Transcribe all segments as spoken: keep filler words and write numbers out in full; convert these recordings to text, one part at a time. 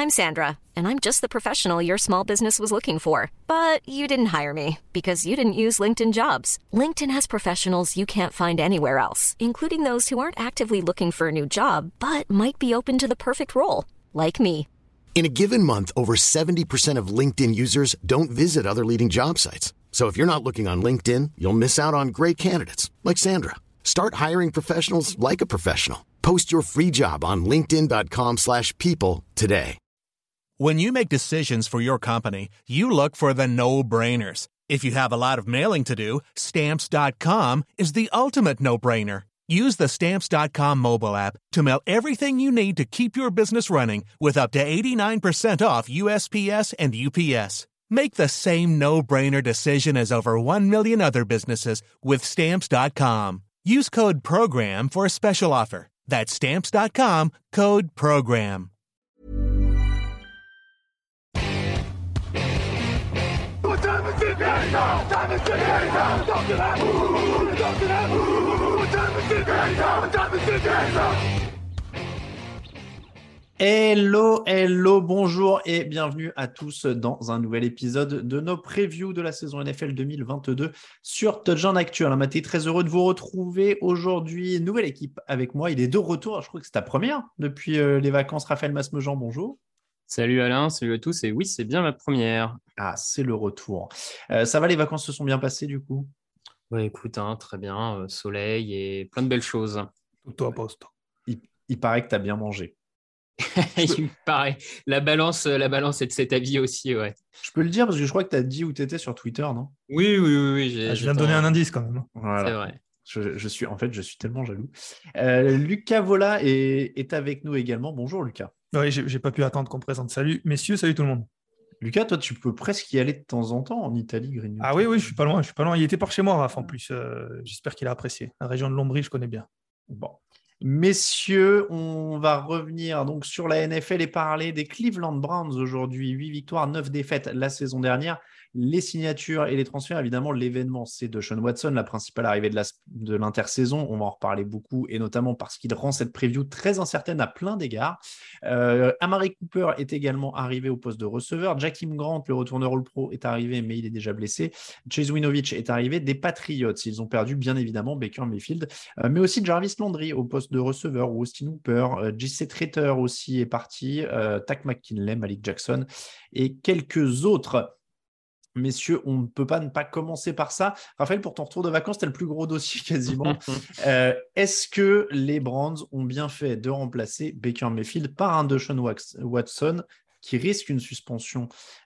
I'm Sandra, and I'm just the professional your small business was looking for. But you didn't hire me because you didn't use LinkedIn Jobs. LinkedIn has professionals you can't find anywhere else, including those who aren't actively looking for a new job, but might be open to the perfect role, like me. In a given month, over seventy percent of LinkedIn users don't visit other leading job sites. So if you're not looking on LinkedIn, you'll miss out on great candidates like Sandra. Start hiring professionals like a professional. Post your free job on linkedin dot com slash people today. When you make decisions for your company, you look for the no-brainers. If you have a lot of mailing to do, Stamps dot com is the ultimate no-brainer. Use the Stamps dot com mobile app to mail everything you need to keep your business running with up to eighty-nine percent off U S P S and U P S. Make the same no-brainer decision as over one million other businesses with Stamps dot com. Use code PROGRAM for a special offer. That's Stamps dot com, code PROGRAM. What time is it now? Time is it now? Talk to that. Talk to that. What time is it now? What time is it now? Hello, hello, bonjour et bienvenue à tous dans un nouvel épisode de nos previews de la saison N F L deux mille vingt-deux sur Touchdown Actu. Alors, Mathé, très heureux de vous retrouver aujourd'hui. Nouvelle équipe avec moi. Il est de retour. Je crois que c'est ta première depuis euh, les vacances. Raphaël Masmejean, bonjour. Salut Alain, salut à tous. Et oui, c'est bien ma première. Ah, c'est le retour. Euh, ça va, les vacances se sont bien passées du coup? Ouais, écoute, hein, très bien. Euh, soleil et plein de belles choses. Tout à poste. Il, il paraît que tu as bien mangé. Il me paraît. La balance, la balance est de cet avis aussi, ouais. Je peux le dire parce que je crois que tu as dit où tu étais sur Twitter, non? Oui, oui, oui. oui j'ai, ah, je viens de donner un indice quand même. Voilà. C'est vrai. Je, je suis, en fait, je suis tellement jaloux. Euh, Lucas Vola est, est avec nous également. Bonjour Lucas. Oui, j'ai, j'ai pas pu attendre qu'on présente. Salut messieurs, salut tout le monde. Lucas, toi, tu peux presque y aller de temps en temps en Italie, Grignon. Ah oui, oui, je suis pas loin. Je suis pas loin. Il était par chez moi, Raph, en plus. Euh, j'espère qu'il a apprécié. La région de Lombrie, je connais bien. Bon. Messieurs, on va revenir donc sur la N F L et parler des Cleveland Browns aujourd'hui. huit victoires, neuf défaites la saison dernière. Les signatures et les transferts, évidemment, l'événement, c'est Deshaun Watson, la principale arrivée de, la, de l'intersaison. On va en reparler beaucoup, et notamment parce qu'il rend cette preview très incertaine à plein d'égards. Euh, Amari Cooper est également arrivé au poste de receveur. Jakeem Grant, le retourneur All-Pro, est arrivé, mais il est déjà blessé. Chase Winovich est arrivé des Patriots. Ils ont perdu, bien évidemment, Baker Mayfield, euh, mais aussi Jarvis Landry au poste de receveur, ou Austin Hooper. Euh, J C Tretter aussi est parti. Euh, Takk McKinley, Malik Jackson et quelques autres. Messieurs, on ne peut pas ne pas commencer par ça. Raphaël, pour ton retour de vacances, tu as le plus gros dossier quasiment. euh, est-ce que les Browns ont bien fait de remplacer Baker Mayfield par un Deshaun Watson qui risque une suspension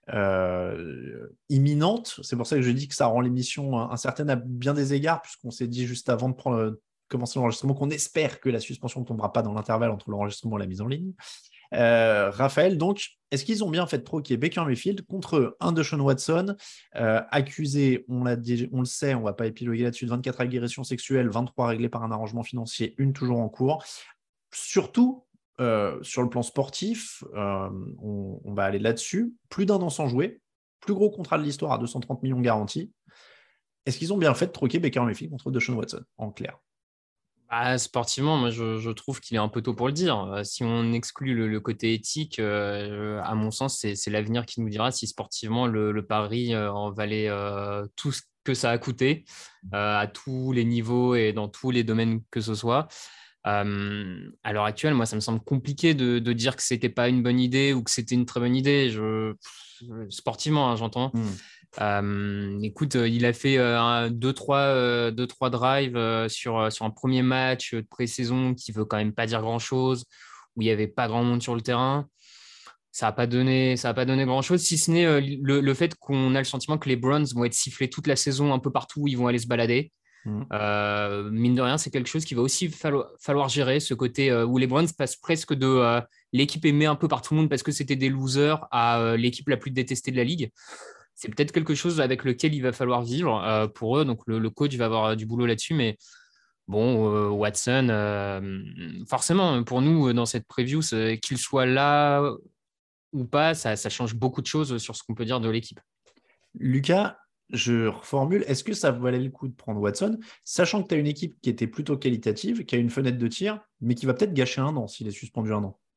euh, imminente? C'est pour ça que je dis que ça rend l'émission incertaine à bien des égards, puisqu'on s'est dit juste avant de prendre, commencer l'enregistrement qu'on espère que la suspension ne tombera pas dans l'intervalle entre l'enregistrement et la mise en ligne. Euh, Raphaël, donc, est-ce qu'ils ont bien fait de troquer Baker Mayfield contre un Deshaun Watson, euh, accusé, on, l'a dit, on le sait, on ne va pas épiloguer là-dessus, de vingt-quatre agressions sexuelles, vingt-trois réglées par un arrangement financier, une toujours en cours. Surtout, euh, sur le plan sportif, euh, on, on va aller là-dessus, plus d'un an sans jouer, plus gros contrat de l'histoire à deux cent trente millions garantis. Est-ce qu'ils ont bien fait de troquer Baker Mayfield contre Deshaun Watson, en clair? Bah, sportivement, moi, je, je trouve qu'il est un peu tôt pour le dire. Euh, si on exclut le, le côté éthique, euh, à mon sens, c'est, c'est l'avenir qui nous dira si sportivement le, le pari euh, en valait euh, tout ce que ça a coûté euh, à tous les niveaux et dans tous les domaines que ce soit. Euh, à l'heure actuelle, moi, ça me semble compliqué de, de dire que c'était pas une bonne idée ou que c'était une très bonne idée. Je, sportivement, hein, j'entends. Mmh. Euh, écoute, il a fait euh, deux, trois, euh, deux, trois drives euh, sur, sur un premier match de pré-saison qui ne veut quand même pas dire grand-chose, où il n'y avait pas grand monde sur le terrain. Ça n'a pas donné, ça a pas donné grand-chose, si ce n'est euh, le, le fait qu'on a le sentiment que les Browns vont être sifflés toute la saison un peu partout où ils vont aller se balader. Mmh. Euh, mine de rien, c'est quelque chose qu'il va aussi falloir, falloir gérer, ce côté euh, où les Browns passent presque de euh, l'équipe aimée un peu par tout le monde parce que c'était des losers à euh, l'équipe la plus détestée de la ligue. C'est peut-être quelque chose avec lequel il va falloir vivre euh, pour eux. Donc, le, le coach va avoir du boulot là-dessus. Mais bon, euh, Watson, euh, forcément, pour nous, dans cette preview, qu'il soit là ou pas, ça, ça change beaucoup de choses sur ce qu'on peut dire de l'équipe. Lucas, je reformule. Est-ce que ça valait le coup de prendre Watson, sachant que tu as une équipe qui était plutôt qualitative, qui a une fenêtre de tir, mais qui va peut-être gâcher un an s'il est suspendu un an?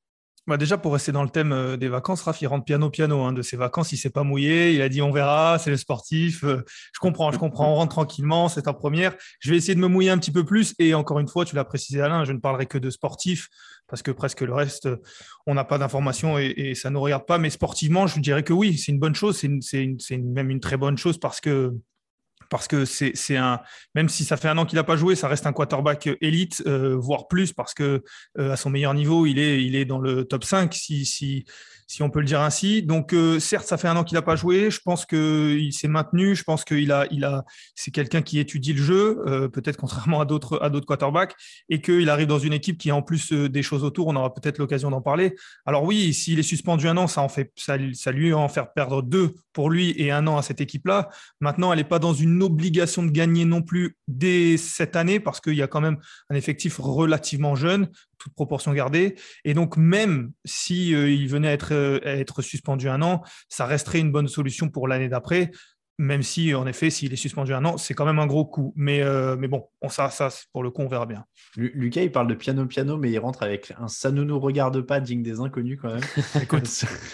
Bah déjà, pour rester dans le thème euh, des vacances, Raph, il rentre piano-piano hein, de ses vacances. Il ne s'est pas mouillé. Il a dit on verra, c'est le sportif. Euh, je comprends, je comprends. On rentre tranquillement, c'est ta première. Je vais essayer de me mouiller un petit peu plus. Et encore une fois, tu l'as précisé, Alain, je ne parlerai que de sportifs parce que presque le reste, euh, on n'a pas d'informations et, et ça ne nous regarde pas. Mais sportivement, je dirais que oui, c'est une bonne chose. C'est, une, c'est, une, c'est une, même une très bonne chose parce que parce que c'est, c'est un, même si ça fait un an qu'il n'a pas joué, ça reste un quarterback élite, euh, voire plus, parce que euh, à son meilleur niveau, il est, il est dans le top cinq, si, si, si on peut le dire ainsi. Donc, euh, certes, ça fait un an qu'il n'a pas joué. Je pense qu'il s'est maintenu. Je pense qu'il a, il a, c'est quelqu'un qui étudie le jeu, euh, peut-être contrairement à d'autres, à d'autres quarterbacks, et qu'il arrive dans une équipe qui a en plus euh, des choses autour. On aura peut-être l'occasion d'en parler. Alors oui, s'il est suspendu un an, ça en fait, ça, ça lui en faire perdre deux pour lui et un an à cette équipe-là. Maintenant, elle n'est pas dans une obligation de gagner non plus dès cette année parce qu'il y a quand même un effectif relativement jeune, toute proportion gardée. Et donc, même si euh, il venait à être, euh, à être suspendu un an, ça resterait une bonne solution pour l'année d'après. Même si, en effet, s'il est suspendu un an, c'est quand même un gros coup. Mais, euh, mais bon, on, ça, ça, pour le coup, on verra bien. Lucas, il parle de piano-piano, mais il rentre avec un ça ne nous regarde pas digne des inconnus quand même. Écoute,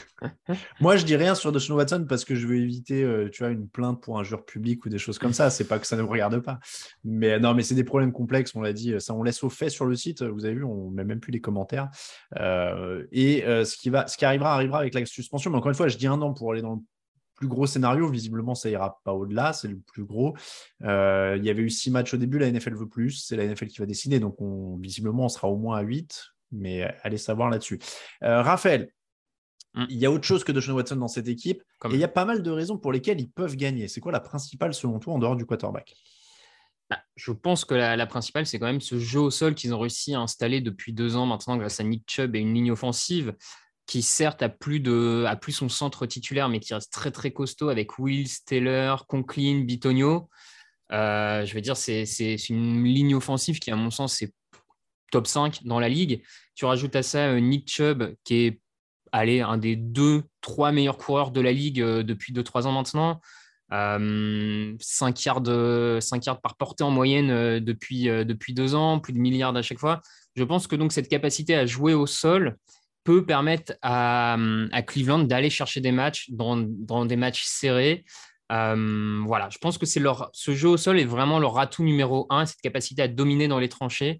moi, je dis rien sur Deshaun Watson parce que je veux éviter, euh, tu vois, une plainte pour injure publique ou des choses comme ça. C'est pas que ça ne nous regarde pas. Mais non, mais c'est des problèmes complexes, on l'a dit. Ça, on laisse au fait sur le site. Vous avez vu, on met même plus les commentaires. Euh, et euh, ce, qui va, ce qui arrivera, arrivera avec la suspension. Mais encore une fois, je dis un an pour aller dans le plus gros scénario, visiblement ça ira pas au-delà, c'est le plus gros. Euh, il y avait eu six matchs au début, la N F L veut plus, c'est la N F L qui va décider, donc on, visiblement on sera au moins à huit, mais allez savoir là-dessus. Euh, Raphaël, mm. il y a autre chose que Deshaun Watson dans cette équipe, Comme... et il y a pas mal de raisons pour lesquelles ils peuvent gagner. C'est quoi la principale selon toi en dehors du quarterback ? Bah, je pense que la, la principale, c'est quand même ce jeu au sol qu'ils ont réussi à installer depuis deux ans maintenant grâce à Nick Chubb et une ligne offensive qui certes a plus, de, a plus son centre titulaire, mais qui reste très très costaud avec Wills, Taylor, Conklin, Bitonio. Euh, je veux dire, c'est, c'est, c'est une ligne offensive qui, à mon sens, c'est top cinq dans la ligue. Tu rajoutes à ça euh, Nick Chubb, qui est allez, un des deux, trois meilleurs coureurs de la ligue euh, depuis deux trois ans maintenant. Euh, cinq yards, cinq yards par portée en moyenne euh, depuis, euh, depuis deux ans, plus de mille yards à chaque fois. Je pense que donc cette capacité à jouer au sol peut permettre à, à Cleveland d'aller chercher des matchs dans, dans des matchs serrés. Euh, voilà, je pense que c'est leur, ce jeu au sol est vraiment leur atout numéro un, cette capacité à dominer dans les tranchées.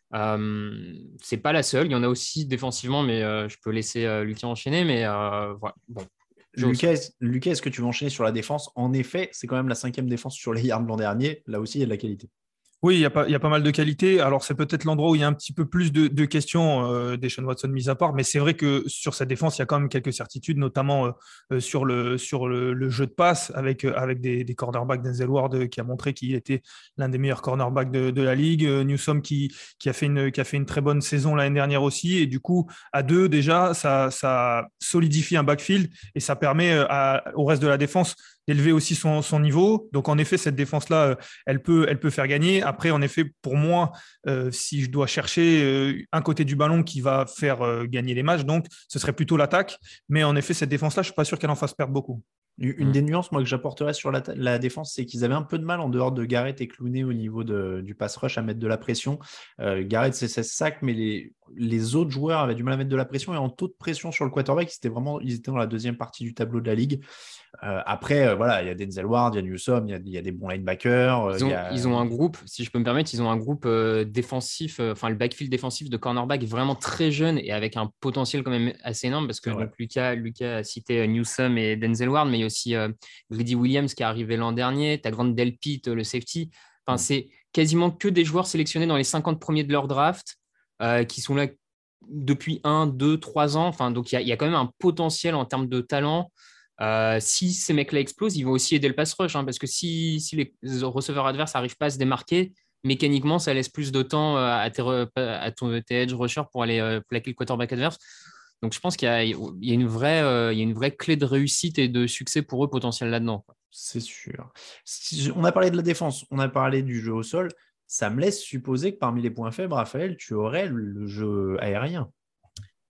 Euh, c'est pas la seule, il y en a aussi défensivement, mais euh, je peux laisser euh, Lucas enchaîner. Mais euh, voilà, bon. Lucas, Lucas, est-ce que tu veux enchaîner sur la défense ? En effet, c'est quand même la cinquième défense sur les yards l'an dernier. Là aussi, il y a de la qualité. Oui, il y a pas, il y a pas mal de qualités. Alors, c'est peut-être l'endroit où il y a un petit peu plus de, de questions euh, des Deshaun Watson mis à part, mais c'est vrai que sur sa défense, il y a quand même quelques certitudes, notamment euh, sur, le, sur le, le jeu de passe avec, avec des, des cornerbacks. Denzel Ward qui a montré qu'il était l'un des meilleurs cornerbacks de, de la ligue. Newsome qui, qui, a fait une, qui a fait une très bonne saison l'année dernière aussi. Et du coup, à deux, déjà, ça, ça solidifie un backfield et ça permet à, au reste de la défense d'élever aussi son, son niveau. Donc, en effet, cette défense-là, elle peut, elle peut faire gagner. Après, en effet, pour moi, euh, si je dois chercher euh, un côté du ballon qui va faire euh, gagner les matchs, donc ce serait plutôt l'attaque. Mais en effet, cette défense-là, je ne suis pas sûr qu'elle en fasse perdre beaucoup. Une des nuances moi, que j'apporterais sur la, la défense, c'est qu'ils avaient un peu de mal en dehors de Garrett et Clooney au niveau de, du pass rush à mettre de la pression. Euh, Garrett, c'est seize sacs, mais les, les autres joueurs avaient du mal à mettre de la pression. Et en taux de pression sur le quarterback, ils étaient, vraiment, ils étaient dans la deuxième partie du tableau de la ligue. Euh, après, euh, voilà, il y a Denzel Ward, il y a Newsome, il y a, il y a des bons linebackers. Ils ont, a... ils ont un groupe, si je peux me permettre, ils ont un groupe euh, défensif, euh, enfin le backfield défensif de cornerback vraiment très jeune et avec un potentiel quand même assez énorme parce que donc, Lucas, Lucas a cité euh, Newsome et Denzel Ward, mais il y a aussi euh, Greedy Williams qui est arrivé l'an dernier, tu as Grant Delpit, le safety. Enfin, mm. C'est quasiment que des joueurs sélectionnés dans les cinquante premiers de leur draft euh, qui sont là depuis un, deux, trois ans. Enfin, donc, il y, y a quand même un potentiel en termes de talent. Euh, si ces mecs-là explosent, ils vont aussi aider le pass rush hein, parce que si, si les receveurs adverses n'arrivent pas à se démarquer, mécaniquement, ça laisse plus de temps à, tes, à ton, tes edge rushers pour aller euh, plaquer le quarterback adverse. Donc, je pense qu'il y a, il y a une vraie, euh, il y a une vraie clé de réussite et de succès pour eux potentiel là-dedans. Quoi. C'est sûr. Si on a parlé de la défense, on a parlé du jeu au sol. Ça me laisse supposer que parmi les points faibles, Raphaël, tu aurais le jeu aérien.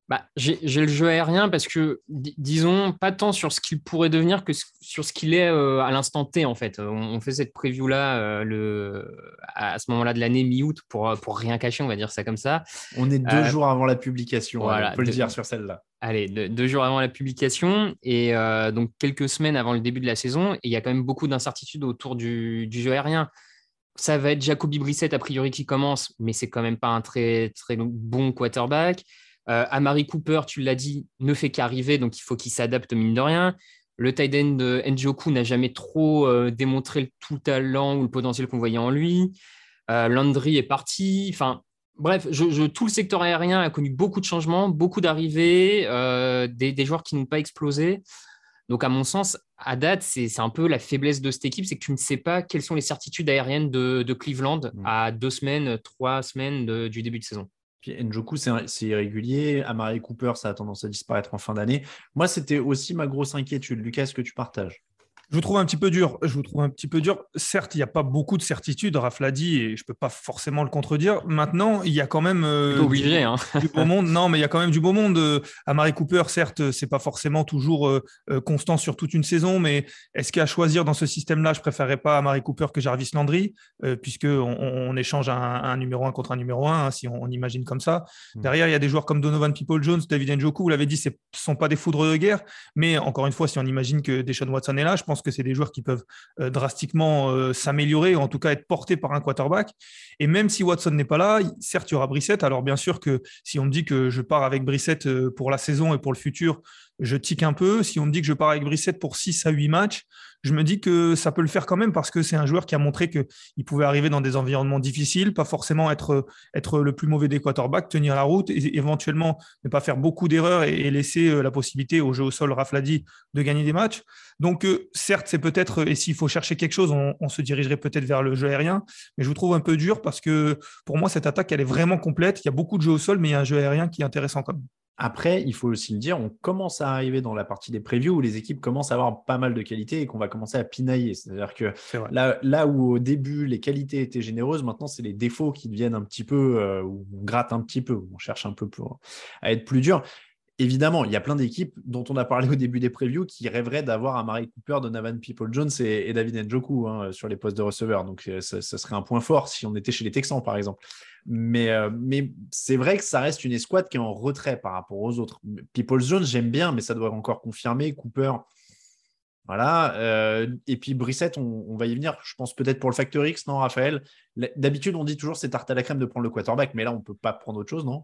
Bah, j'ai, j'ai le jeu aérien parce que, d- disons, pas tant sur ce qu'il pourrait devenir que s- sur ce qu'il est euh, à l'instant T, en fait. On, on fait cette preview-là euh, le, à ce moment-là de l'année, mi-août, pour, pour rien cacher, on va dire ça comme ça. On est deux Euh, jours avant la publication, allez, on voilà, peut le de- dire sur celle-là. allez, de- deux jours avant la publication et euh, donc quelques semaines avant le début de la saison. Et il y a quand même beaucoup d'incertitudes autour du, du jeu aérien. Ça va être Jacoby Brissett, a priori, qui commence, mais c'est quand même pas un très, très bon quarterback. Euh, Amari Cooper, tu l'as dit, ne fait qu'arriver, donc il faut qu'il s'adapte, mine de rien. Le tight end de Njoku n'a jamais trop euh, démontré le tout talent ou le potentiel qu'on voyait en lui. Euh, Landry est parti. Enfin, bref, je, je- tout le secteur aérien a connu beaucoup de changements, beaucoup d'arrivées, euh, des, des joueurs qui n'ont pas explosé. Donc, à mon sens, à date, c'est c'est un peu la faiblesse de cette équipe, c'est que tu ne sais pas quelles sont les certitudes aériennes de, de Cleveland Mm. à deux semaines, trois semaines de- du début de saison. Puis Njoku, c'est un- c'est irrégulier. Amari Cooper, ça a tendance à disparaître en fin d'année. Moi, c'était aussi ma grosse inquiétude. Lucas, est-ce que tu partages? Je vous trouve un petit peu dur. Je vous trouve un petit peu dur. Certes, il n'y a pas beaucoup de certitudes, Raph l'a dit, et je ne peux pas forcément le contredire. Maintenant, il y a quand même euh, Pas obligé, du, hein. du beau monde. Non, mais il y a quand même du beau monde. Euh, Amari Cooper, certes, c'est pas forcément toujours euh, euh, constant sur toute une saison, mais est-ce qu'à choisir dans ce système-là, je préférerais pas Amari Cooper que Jarvis Landry, euh, puisque on, on échange un, un numéro un contre un numéro un, hein, si on, on imagine comme ça. Mm. Derrière, il y a des joueurs comme Donovan Peoples-Jones, David Njoku. Vous l'avez dit, ce ne sont pas des foudres de guerre, mais encore une fois, si on imagine que Deshaun Watson est là, je pense que c'est des joueurs qui peuvent euh, drastiquement euh, s'améliorer, ou en tout cas être portés par un quarterback. Et même si Watson n'est pas là, certes, il y aura Brissett. Alors bien sûr que si on me dit que je pars avec Brissett euh, pour la saison et pour le futur, je tique un peu. Si on me dit que je pars avec Brissett pour six à huit matchs, je me dis que ça peut le faire quand même parce que c'est un joueur qui a montré qu'il pouvait arriver dans des environnements difficiles, pas forcément être, être le plus mauvais des quarterbacks, tenir la route et éventuellement ne pas faire beaucoup d'erreurs et, et laisser la possibilité au jeu au sol, Raph l'a dit, de gagner des matchs. Donc euh, certes, c'est peut-être, et s'il faut chercher quelque chose, on, on se dirigerait peut-être vers le jeu aérien, mais je vous trouve un peu dur parce que pour moi, cette attaque, elle est vraiment complète. Il y a beaucoup de jeux au sol, mais il y a un jeu aérien qui est intéressant quand même. Après, il faut aussi le dire, on commence à arriver dans la partie des previews où les équipes commencent à avoir pas mal de qualités et qu'on va commencer à pinailler. C'est-à-dire que là, là où au début les qualités étaient généreuses, maintenant c'est les défauts qui deviennent un petit peu, euh, où on gratte un petit peu, où on cherche un peu pour, à être plus dur. Évidemment, il y a plein d'équipes dont on a parlé au début des previews qui rêveraient d'avoir Amari Cooper, Donovan Peoples-Jones et, et David Njoku hein, sur les postes de receveurs. Donc, ça, ça serait un point fort si on était chez les Texans, par exemple. Mais, euh, mais c'est vrai que ça reste une escouade qui est en retrait par rapport aux autres. Peoples-Jones, j'aime bien, mais ça doit encore confirmer. Cooper, voilà. Euh, et puis Brissett, on, on va y venir, je pense peut-être pour le Factor X, non, Raphaël? D'habitude, on dit toujours c'est tarte à la crème de prendre le quarterback, mais là, on ne peut pas prendre autre chose, non?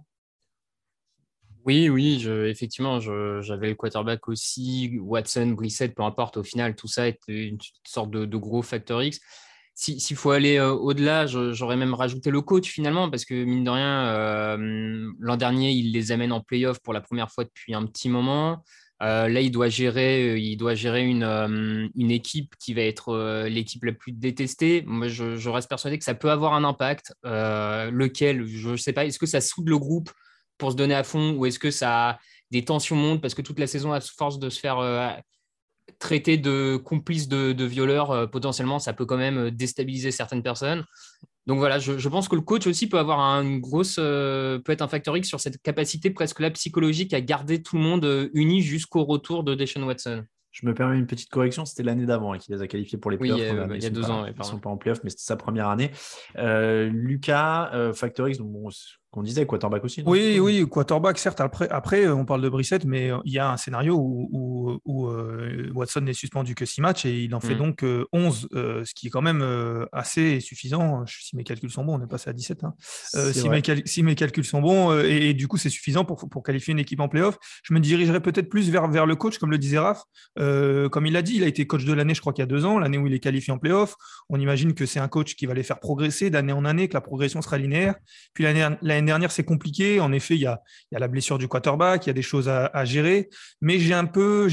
Oui, oui, je, effectivement, je, j'avais le quarterback aussi, Watson, Brissett, peu importe, au final, tout ça est une sorte de, de gros facteur X. Si, s'il faut aller euh, au-delà, je, j'aurais même rajouté le coach finalement, parce que mine de rien, euh, l'an dernier, il les amène en playoff pour la première fois depuis un petit moment. Euh, là, il doit gérer, il doit gérer une, euh, une équipe qui va être euh, l'équipe la plus détestée. Moi, je, je reste persuadé que ça peut avoir un impact. Euh, lequel, je ne sais pas, est-ce que ça soude le groupe pour se donner à fond ou est-ce que ça des tensions montent parce que toute la saison, à force de se faire euh, traiter de complices de, de violeurs, euh, potentiellement, ça peut quand même déstabiliser certaines personnes. Donc voilà, je, je pense que le coach aussi peut avoir un, une grosse, euh, peut être un facteur X sur cette capacité presque là psychologique à garder tout le monde euh, uni jusqu'au retour de Deshaun Watson. Je me permets une petite correction, c'était l'année d'avant hein, qui les a qualifiés pour les playoffs. Oui, euh, il y a deux pas, ans. Oui, ils ne sont pas en playoffs, mais c'était sa première année. Euh, Lucas, euh, Factor X, donc bon, qu'on disait, quarterback aussi. Non oui, oui, quarterback, certes. Après, après, on parle de Brissett, mais il y a un scénario où, où, où euh, Watson n'est suspendu que six matchs et il en fait mmh. donc euh, onze, euh, ce qui est quand même euh, assez suffisant. Si mes calculs sont bons, on est passé à dix-sept. Hein. Euh, si, mes cal- si mes calculs sont bons, euh, et, et du coup, c'est suffisant pour, pour qualifier une équipe en play-off. Je me dirigerais peut-être plus vers, vers le coach, comme le disait Raph. Euh, comme il l'a dit, il a été coach de l'année, je crois qu'il y a deux ans, l'année où il est qualifié en play-off. On imagine que c'est un coach qui va les faire progresser d'année en année, que la progression sera linéaire. Puis l'année, l'année dernière, c'est compliqué. En effet, il y a, il y a la blessure du quarterback, il y a des choses à, à gérer. Mais j'ai un peu, j'ai,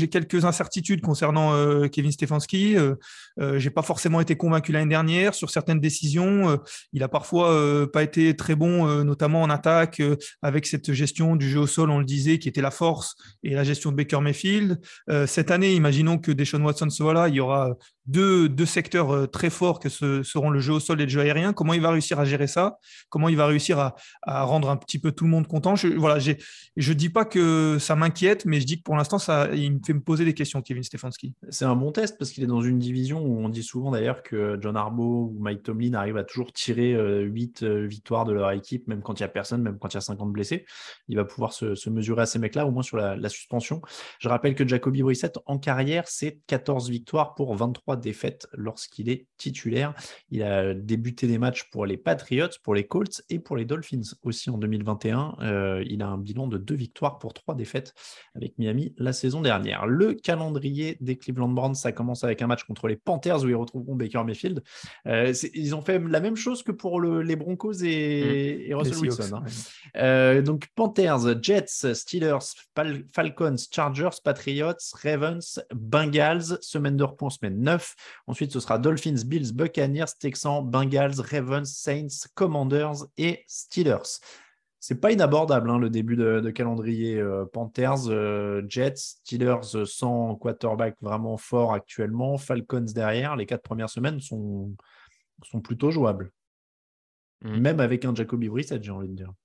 j'ai quelques incertitudes concernant euh, Kevin Stefanski. Euh, euh, j'ai pas forcément été convaincu l'année dernière sur certaines décisions. Euh, il a parfois euh, pas été très bon, euh, notamment en attaque, euh, avec cette gestion du jeu au sol, on le disait, qui était la force, et la gestion de Baker Mayfield. Euh, cette année, imaginons que Deshaun Watson soit là, il y aura deux, deux secteurs euh, très forts que ce seront le jeu au sol et le jeu aérien. Comment il va réussir à gérer ça? Comment il va réussir à, à rendre un petit peu tout le monde content? Je, voilà, j'ai, je dis pas que ça m'inquiète, mais je dis que pour l'instant, ça, il me fait me poser des questions, Kevin Stefanski. C'est un bon test parce qu'il est dans une division où on dit souvent d'ailleurs que John Harbaugh ou Mike Tomlin arrivent à toujours tirer euh, huit euh, victoires de leur équipe, même quand il n'y a personne, même quand il y a cinquante blessés. Il va pouvoir se, se mesurer à ces mecs-là, au moins sur la, la suspension. Je rappelle que Jacoby Brissett, en carrière, c'est quatorze victoires pour vingt-trois défaites lorsqu'il est titulaire. Il a débuté des matchs pour les Patriots, pour les Colts et pour les Dolphins aussi en deux mille vingt et un. Euh, il a un bilan de deux victoires pour trois défaites avec Miami la saison dernière. Le calendrier des Cleveland Browns, ça commence avec un match contre les Panthers où ils retrouveront Baker Mayfield. Euh, ils ont fait la même chose que pour le, les Broncos et, mmh. et Russell Wilson. Seahawks, hein. ouais. euh, donc Panthers, Jets, Steelers, Fal- Falcons, Chargers, Patriots, Ravens, Bengals, semaine de repos, semaine neuf. Ensuite, ce sera Dolphins, Bills, Buccaneers, Texans, Bengals, Ravens, Saints, Commanders et Steelers. C'est pas inabordable, hein, le début de, de calendrier. euh, Panthers, euh, Jets, Steelers euh, sans quarterback vraiment fort actuellement, Falcons derrière. Les quatre premières semaines sont, sont plutôt jouables. Mmh. Même avec un Jacoby Brissett, j'ai envie de dire.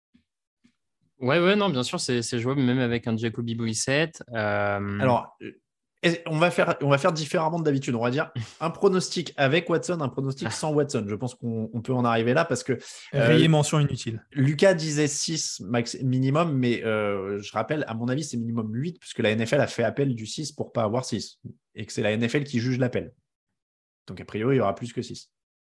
Ouais, ouais, non, bien sûr, c'est, c'est jouable même avec un Jacoby Brissett. Euh... Alors, on va, faire, on va faire différemment de d'habitude. On va dire un pronostic avec Watson, un pronostic sans Watson. Je pense qu'on on peut en arriver là parce que… Rayé euh, mention inutile. Lucas disait six max, minimum, mais euh, je rappelle, à mon avis, c'est minimum huit puisque la N F L a fait appel du six pour ne pas avoir six et que c'est la N F L qui juge l'appel. Donc, a priori, il y aura plus que six.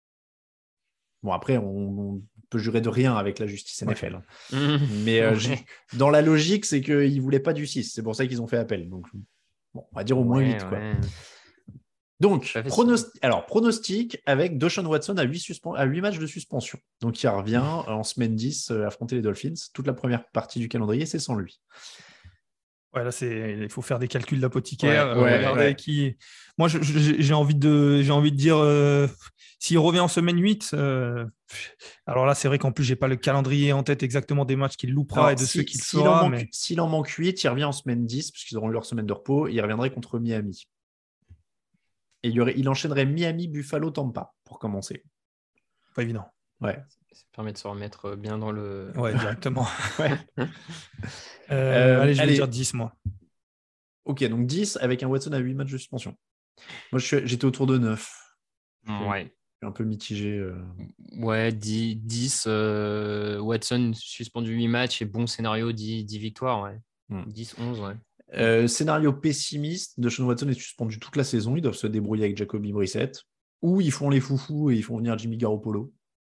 Bon, après, on, on peut jurer de rien avec la justice N F L. Ouais. Mmh. Mais euh, ouais. Dans la logique, c'est qu'ils ne voulaient pas du six. C'est pour ça qu'ils ont fait appel. Donc, bon, on va dire au moins ouais, huit. Quoi. Ouais. Donc, pronosti- alors, pronostic avec Deshaun Watson à huit, suspen- à huit matchs de suspension. Donc, il revient en semaine dix euh, affronter les Dolphins. Toute la première partie du calendrier, c'est sans lui. Ouais, là, c'est... il faut faire des calculs d'apothicaire. Ouais, ouais, regarder ouais. Qui... Moi, je, je, j'ai, envie de, j'ai envie de dire, euh, s'il revient en semaine huit, euh, alors là, c'est vrai qu'en plus, je n'ai pas le calendrier en tête exactement des matchs qu'il loupera alors, et de si, ceux qu'il s'il fera. En manque, mais... S'il en manque huit, il revient en semaine dix, puisqu'ils auront eu leur semaine de repos. Il reviendrait contre Miami. Et il, y aurait, il enchaînerait Miami, Buffalo, Tampa, pour commencer. Pas évident. Ouais. Ça permet de se remettre bien dans le… Ouais, directement. ouais. euh, euh, allez, je vais allez. dire dix, moi. Ok, donc dix avec un Watson à huit matchs de suspension. Moi, je suis, j'étais autour de neuf. Ouais. Je suis un peu mitigé. Euh... Ouais, dix, dix euh, Watson suspendu huit matchs et bon scénario, dix, dix victoires. Ouais. Hmm. dix, onze, ouais. Euh, scénario pessimiste, Deshaun Watson est suspendu toute la saison. Ils doivent se débrouiller avec Jacoby Brissett. Ou ils font les foufous et ils font venir Jimmy Garoppolo.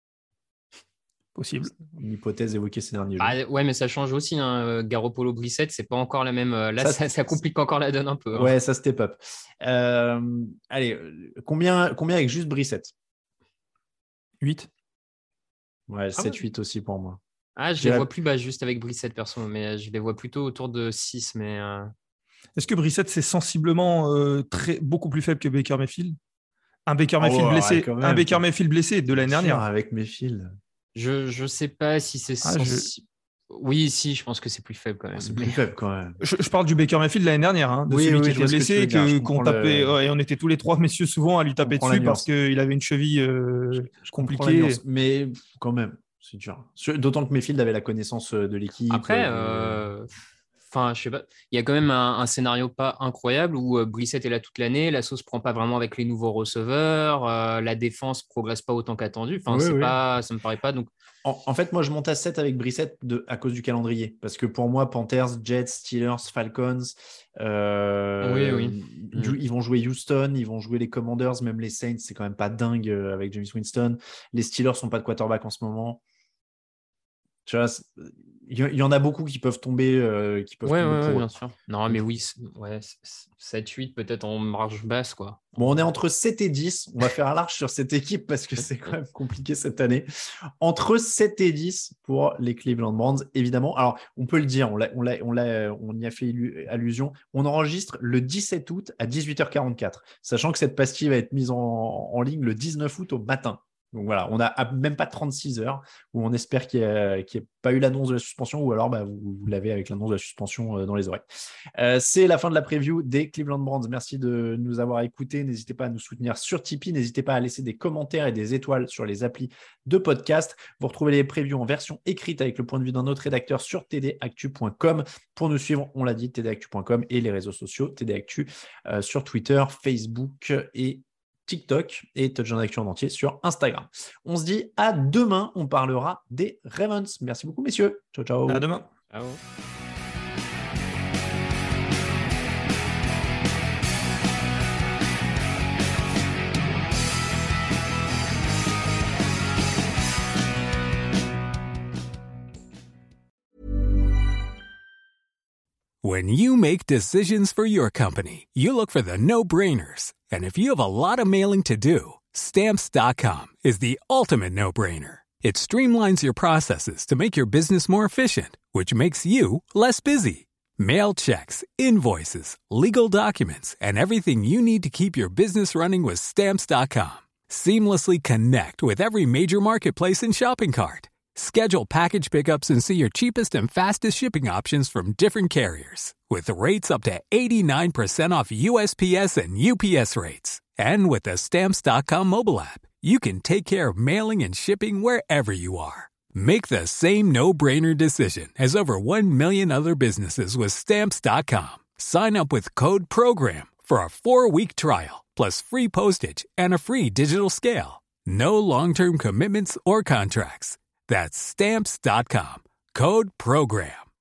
Possible. Une hypothèse évoquée ces derniers jours. Ah, ouais, mais ça change aussi. Hein. Garoppolo Brissett, c'est pas encore la même. Là, ça, ça, ça complique encore la donne un peu. Hein. Ouais, ça step up. Euh, allez, combien, combien avec juste Brissett? huit. Ouais, ah sept huit ouais. Aussi pour moi. Ah, je J'ai les la... vois plus bas juste avec Brissett, perso, mais je les vois plutôt autour de six. Mais euh... Est-ce que Brissett, c'est sensiblement euh, très, beaucoup plus faible que Baker Mayfield? Un Baker Mayfield oh, blessé, ouais, un Baker Mayfield blessé de l'année dernière. Avec Mayfield. Je je sais pas si c'est ah, sensi... je... oui si je pense que c'est plus faible quand même. C'est plus faible quand même. Je, je parle du Baker Mayfield de l'année dernière, hein, de oui, celui oui, qui était blessé, que, que qu'on tapait le... ouais, et on était tous les trois messieurs souvent à lui taper dessus parce qu'il avait une cheville euh, je, je compliquée. Mais quand même, c'est dur. D'autant que Mayfield avait la connaissance de l'équipe. Après. Euh... Enfin, je sais pas. Il y a quand même un, un scénario pas incroyable où euh, Brissett est là toute l'année, la sauce prend pas vraiment avec les nouveaux receveurs, euh, la défense progresse pas autant qu'attendu. Enfin, oui, c'est oui. pas, ça me paraît pas. Donc, en, en fait, moi, je monte à sept avec Brissett de, à cause du calendrier, parce que pour moi, Panthers, Jets, Steelers, Falcons, euh, oui, oui. Ils, mmh. ils vont jouer Houston, ils vont jouer les Commanders, même les Saints, c'est quand même pas dingue avec Jameis Winston. Les Steelers sont pas de quarterback en ce moment. Tu vois, il y, y en a beaucoup qui peuvent tomber. Euh, qui peuvent ouais, tomber ouais, pour ouais, eux. bien sûr. Non, mais oui, ouais, sept huit peut-être en marge basse, quoi. Bon, on est entre sept et dix. On va faire un large sur cette équipe parce que c'est quand même compliqué cette année. Entre sept et dix pour les Cleveland Browns, évidemment. Alors, on peut le dire, on, l'a, on, l'a, on, l'a, on y a fait allusion. On enregistre le dix-sept août à dix-huit heures quarante-quatre, sachant que cette pastille va être mise en, en ligne le dix-neuf août au matin. Donc voilà, on n'a même pas trente-six heures où on espère qu'il n'y ait, qu'il ait pas eu l'annonce de la suspension ou alors bah, vous, vous l'avez avec l'annonce de la suspension dans les oreilles. Euh, c'est la fin de la preview des Cleveland Browns. Merci de nous avoir écoutés. N'hésitez pas à nous soutenir sur Tipeee. N'hésitez pas à laisser des commentaires et des étoiles sur les applis de podcast. Vous retrouvez les previews en version écrite avec le point de vue d'un autre rédacteur sur t d actu point com. Pour nous suivre, on l'a dit, t d actu point com et les réseaux sociaux T D Actu euh, sur Twitter, Facebook et TikTok et Touchdown Actu en entier sur Instagram. On se dit à demain, on parlera des Ravens. Merci beaucoup, messieurs. Ciao, ciao. À demain. Ciao. When you make decisions for your company, you look for the no-brainers. And if you have a lot of mailing to do, Stamps dot com is the ultimate no-brainer. It streamlines your processes to make your business more efficient, which makes you less busy. Mail checks, invoices, legal documents, and everything you need to keep your business running with Stamps dot com. Seamlessly connect with every major marketplace and shopping cart. Schedule package pickups and see your cheapest and fastest shipping options from different carriers. With rates up to eighty-nine percent off U S P S and U P S rates. And with the Stamps dot com mobile app, you can take care of mailing and shipping wherever you are. Make the same no-brainer decision as over one million other businesses with Stamps dot com. Sign up with code PROGRAM for a four-week trial, plus free postage and a free digital scale. No long-term commitments or contracts. That's Stamps dot com. Code PROGRAM.